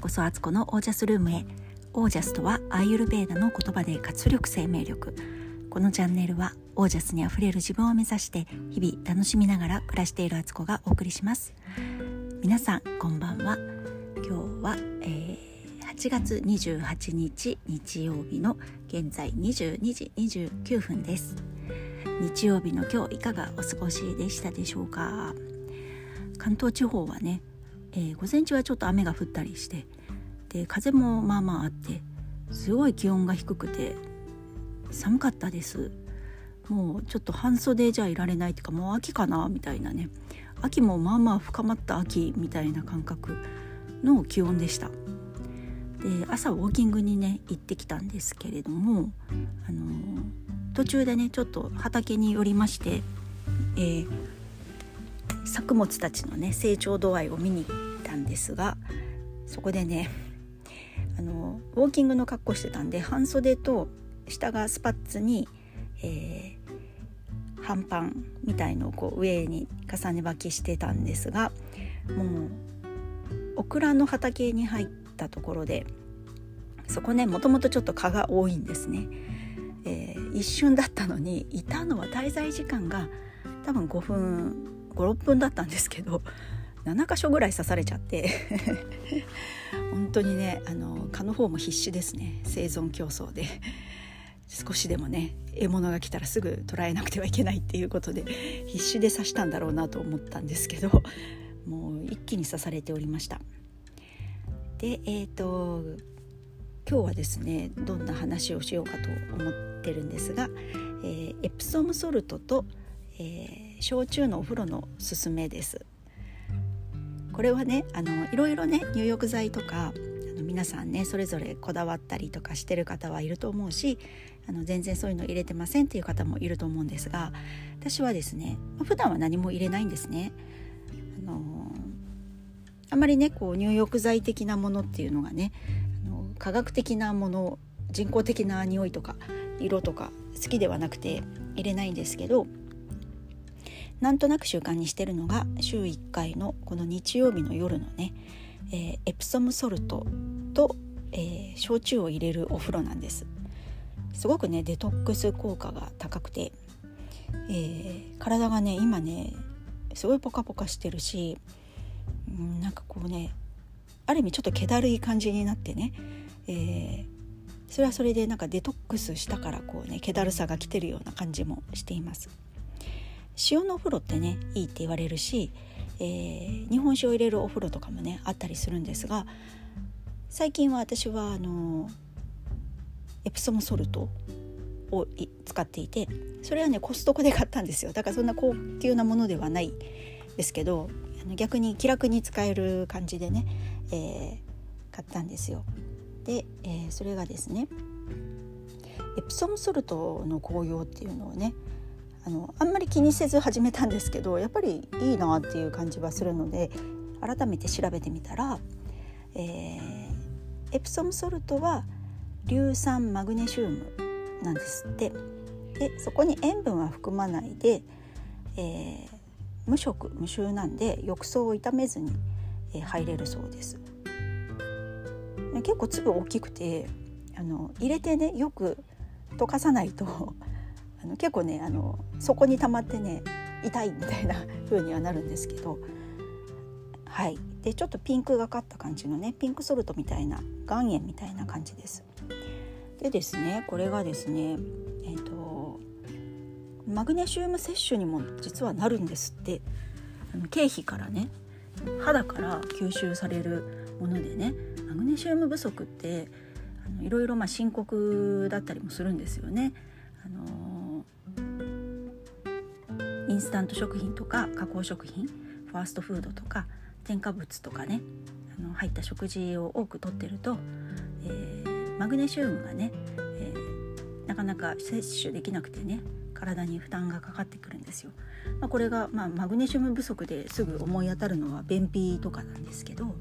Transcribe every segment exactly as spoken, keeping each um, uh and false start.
こそアツコのオージャスルームへ。オージャスとはアーユルベーダの言葉で活力生命力。このチャンネルはオージャスにあふれる自分を目指して日々楽しみながら暮らしているアツコがお送りします。皆さんこんばんは。今日は、えー、はちがつにじゅうはちにち日曜日の現在にじゅうにじにじゅうきゅうふんです。日曜日の今日いかがお過ごしでしたでしょうか。関東地方はね、えー、午前中はちょっと雨が降ったりして、で風もまあまああって、すごい気温が低くて寒かったです。もうちょっと半袖じゃいられないっていうか、もう秋かなみたいなね、秋もまあまあ深まった秋みたいな感覚の気温でした。で朝ウォーキングにね行ってきたんですけれども、あのー、途中でねちょっと畑に寄りまして、えー、作物たちのね成長度合いを見に行ったんですが、そこでねあのウォーキングの格好してたんで、半袖と下がスパッツに、えー、半パンみたいのをこう上に重ね履きしてたんですが、もうオクラの畑に入ったところで、そこねもともとちょっと蚊が多いんですね。えー、一瞬だったのにいたのは滞在時間が多分ごふんご、ろっぷんだったんですけど、ななかしょぐらい刺されちゃって本当にねあの蚊の方も必死ですね。生存競争で少しでもね獲物が来たらすぐ捕らえなくてはいけないっていうことで必死で刺したんだろうなと思ったんですけど、もう一気に刺されておりました。でえーと今日はですねどんな話をしようかと思ってるんですが、えー、エプソムソルトと、えー、焼酎のお風呂のすすめです。これはねあのいろいろね入浴剤とかあの皆さんねそれぞれこだわったりとかしてる方はいると思うし、あの全然そういうの入れてませんっていう方もいると思うんですが、私はですね普段は何も入れないんですね。あのあんまりねこう入浴剤的なものっていうのがね、あの科学的なもの、人工的な匂いとか色とか好きではなくて入れないんですけど、なんとなく習慣にしてるのが週いっかいのこの日曜日の夜のね、えー、エプソムソルトと、えー、焼酎を入れるお風呂なんです。すごくねデトックス効果が高くて、えー、体がね今ねすごいポカポカしてるし、うん、なんかこうねある意味ちょっと気だるい感じになってね、えー、それはそれでなんかデトックスしたからこうね気だるさが来てるような感じもしています。塩のお風呂ってねいいって言われるし、えー、日本酒を入れるお風呂とかもねあったりするんですが、最近は私はあのエプソムソルトを使っていて、それはねコストコで買ったんですよ。だからそんな高級なものではないですけど、あの逆に気楽に使える感じでね、えー、買ったんですよ。で、えー、それがですねエプソムソルトの効用っていうのをねあのあんまり気にせず始めたんですけど、やっぱりいいなっていう感じはするので改めて調べてみたら、えー、エプソムソルトは硫酸マグネシウムなんですって。でそこに塩分は含まないで、えー、無色無臭なんで浴槽を傷めずに、えー、入れるそうです。結構粒大きくて、あの入れてねよく溶かさないとあの結構ねあの底に溜まってね痛いみたいな風にはなるんですけど、はい。でちょっとピンクがかった感じのねピンクソルトみたいな岩塩みたいな感じです。でですねこれがですねえっとマグネシウム摂取にも実はなるんですって。あの経費からね肌から吸収されるものでね、マグネシウム不足ってあのいろいろまあ深刻だったりもするんですよね。あのインスタント食品とか加工食品、ファーストフードとか添加物とかねあの入った食事を多くとってると、えー、マグネシウムがね、えー、なかなか摂取できなくてね体に負担がかかってくるんですよ。まあ、これが、まあ、マグネシウム不足ですぐ思い当たるのは便秘とかなんですけど、あの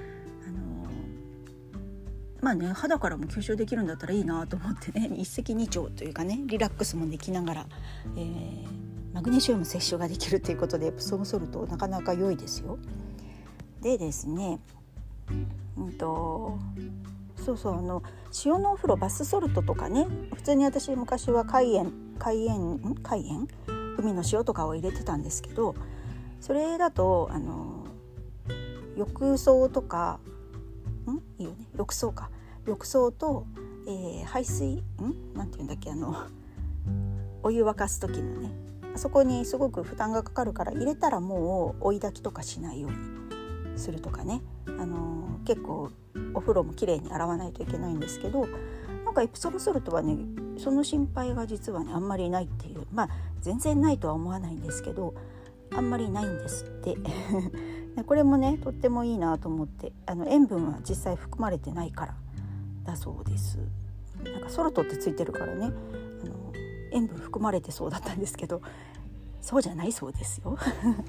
まあね肌からも吸収できるんだったらいいなと思ってね、一石二鳥というかねリラックスもできながら、えー、マグネシウム摂取ができるということでエプソムソルトなかなか良いですよ。でですねうんとそうそうあの塩のお風呂バスソルトとかね、普通に私昔は海塩海塩海塩海の塩とかを入れてたんですけど、それだとあの浴槽とかんいいよね浴槽か浴槽と、えー、排水んなんていうんだっけあのお湯沸かす時のね、あそこにすごく負担がかかるから入れたらもう追い焚きとかしないようにするとかね、あのー、結構お風呂もきれいに洗わないといけないんですけど、なんかエプソムソルトはねその心配が実はねあんまりないっていう、まあ全然ないとは思わないんですけどあんまりないんですってこれもねとってもいいなと思って、あの塩分は実際含まれてないからだそうです。なんかソルトってついてるからね、あの塩分含まれてそうだったんですけどそうじゃないそうですよ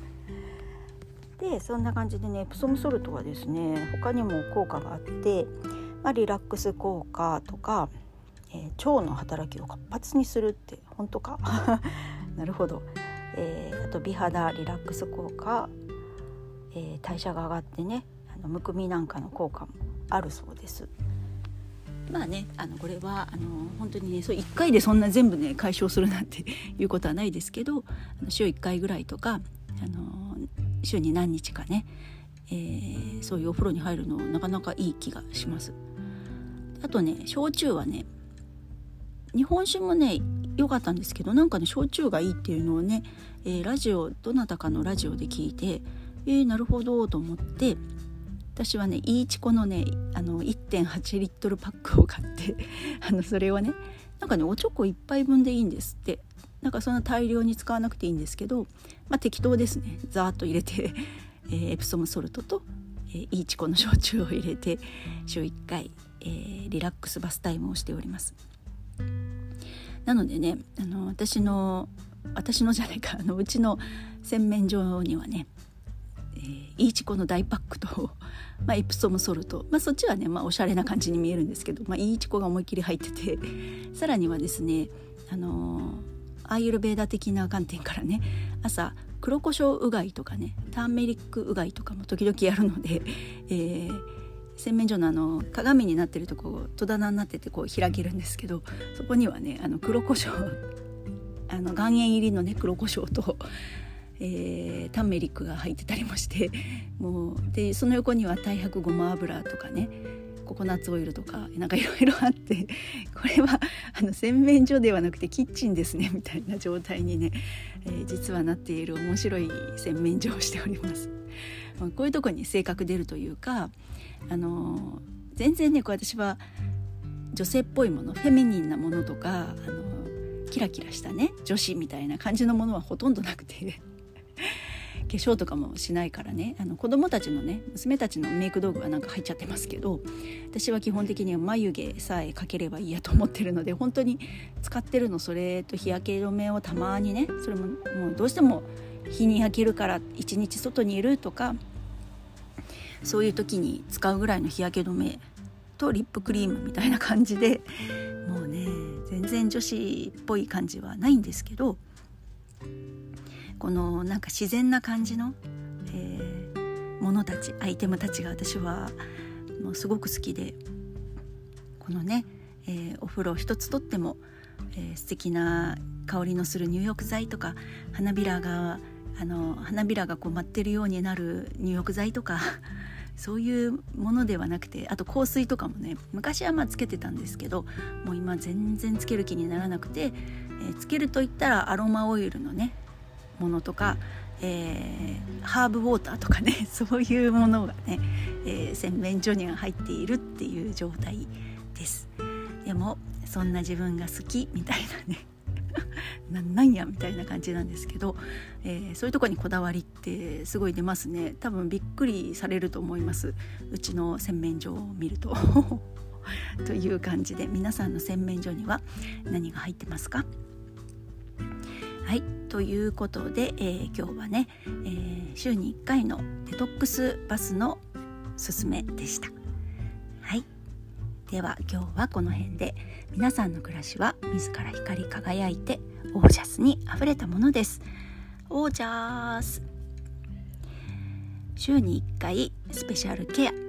でそんな感じでねエプソムソルトはですね他にも効果があって、まあ、リラックス効果とか、えー、腸の働きを活発にするって本当かなるほど、えー、あと美肌リラックス効果、えー、代謝が上がってねあのむくみなんかの効果もあるそうです。まあね、あのこれはあの本当にねそういっかいでそんな全部ね解消するなんていうことはないですけど、週いっかいぐらいとかあの週に何日かね、えー、そういうお風呂に入るのなかなかいい気がします。あとね焼酎はね日本酒もね良かったんですけど、なんかね焼酎がいいっていうのをね、えー、ラジオどなたかのラジオで聞いて、えー、なるほどと思って、私はねイーチコのねあの いってんはちリットルパックを買ってあのそれをねなんかねおちょこいっぱいぶんでいいんですって。なんかそんな大量に使わなくていいんですけど、まあ、適当ですね。ザーッと入れて、えー、エプソムソルトと、えー、イーチコの焼酎を入れて週いっかい、えー、リラックスバスタイムをしております。なのでねあの私の私のじゃないかあのうちの洗面所にはねえー、イーチコの大パックと、まあ、エプソムソルト、まあ、そっちはね、まあ、おしゃれな感じに見えるんですけど、まあ、イーチコが思いっきり入ってて、さらにはですね、あのー、アーユルベーダ的な観点からね朝黒胡椒うがいとかねターメリックうがいとかも時々やるので、えー、洗面所のあの鏡になってるとこ戸棚になっててこう開けるんですけど、そこにはねあの黒胡椒あの岩塩入りのね黒胡椒とえー、ターメリックが入ってたりもしてもうでその横には太白ごま油とかねココナッツオイルとかなんかいろいろあって、これはあの洗面所ではなくてキッチンですねみたいな状態にね、えー、実はなっている面白い洗面所をしております。まあ、こういうとこに性格出るというか、あのー、全然ねこう私は女性っぽいものフェミニンなものとか、あのー、キラキラしたね女子みたいな感じのものはほとんどなくて化粧とかもしないからね、あの子供たちのね娘たちのメイク道具はなんか入っちゃってますけど、私は基本的には眉毛さえ描ければいいやと思ってるので、本当に使ってるのそれと日焼け止めをたまにね、それももうどうしても日に焼けるから一日外にいるとかそういう時に使うぐらいの日焼け止めとリップクリームみたいな感じで、もうね全然女子っぽい感じはないんですけど、このなんか自然な感じの、えー、ものたちアイテムたちが私はもうすごく好きで、このね、えー、お風呂一つとっても、えー、素敵な香りのする入浴剤とか花びらがあの花びらがこう舞ってるようになる入浴剤とかそういうものではなくて、あと香水とかもね昔はまあつけてたんですけど、もう今全然つける気にならなくて、えー、つけるといったらアロマオイルのねものとか、えー、ハーブウォーターとかねそういうものがね、えー、洗面所には入っているっていう状態です。でもそんな自分が好きみたいなねなんなんやみたいな感じなんですけど、えー、そういうところにこだわりってすごい出ますね。多分びっくりされると思います、うちの洗面所を見るとという感じで、皆さんの洗面所には何が入ってますか？はい、ということで、えー、今日はね、えー、週にいっかいのデトックスバスのすすめでした。はい、では今日はこの辺で、皆さんの暮らしは自ら光り輝いてオージャスにあふれたものです。オージャス。週にいっかいスペシャルケア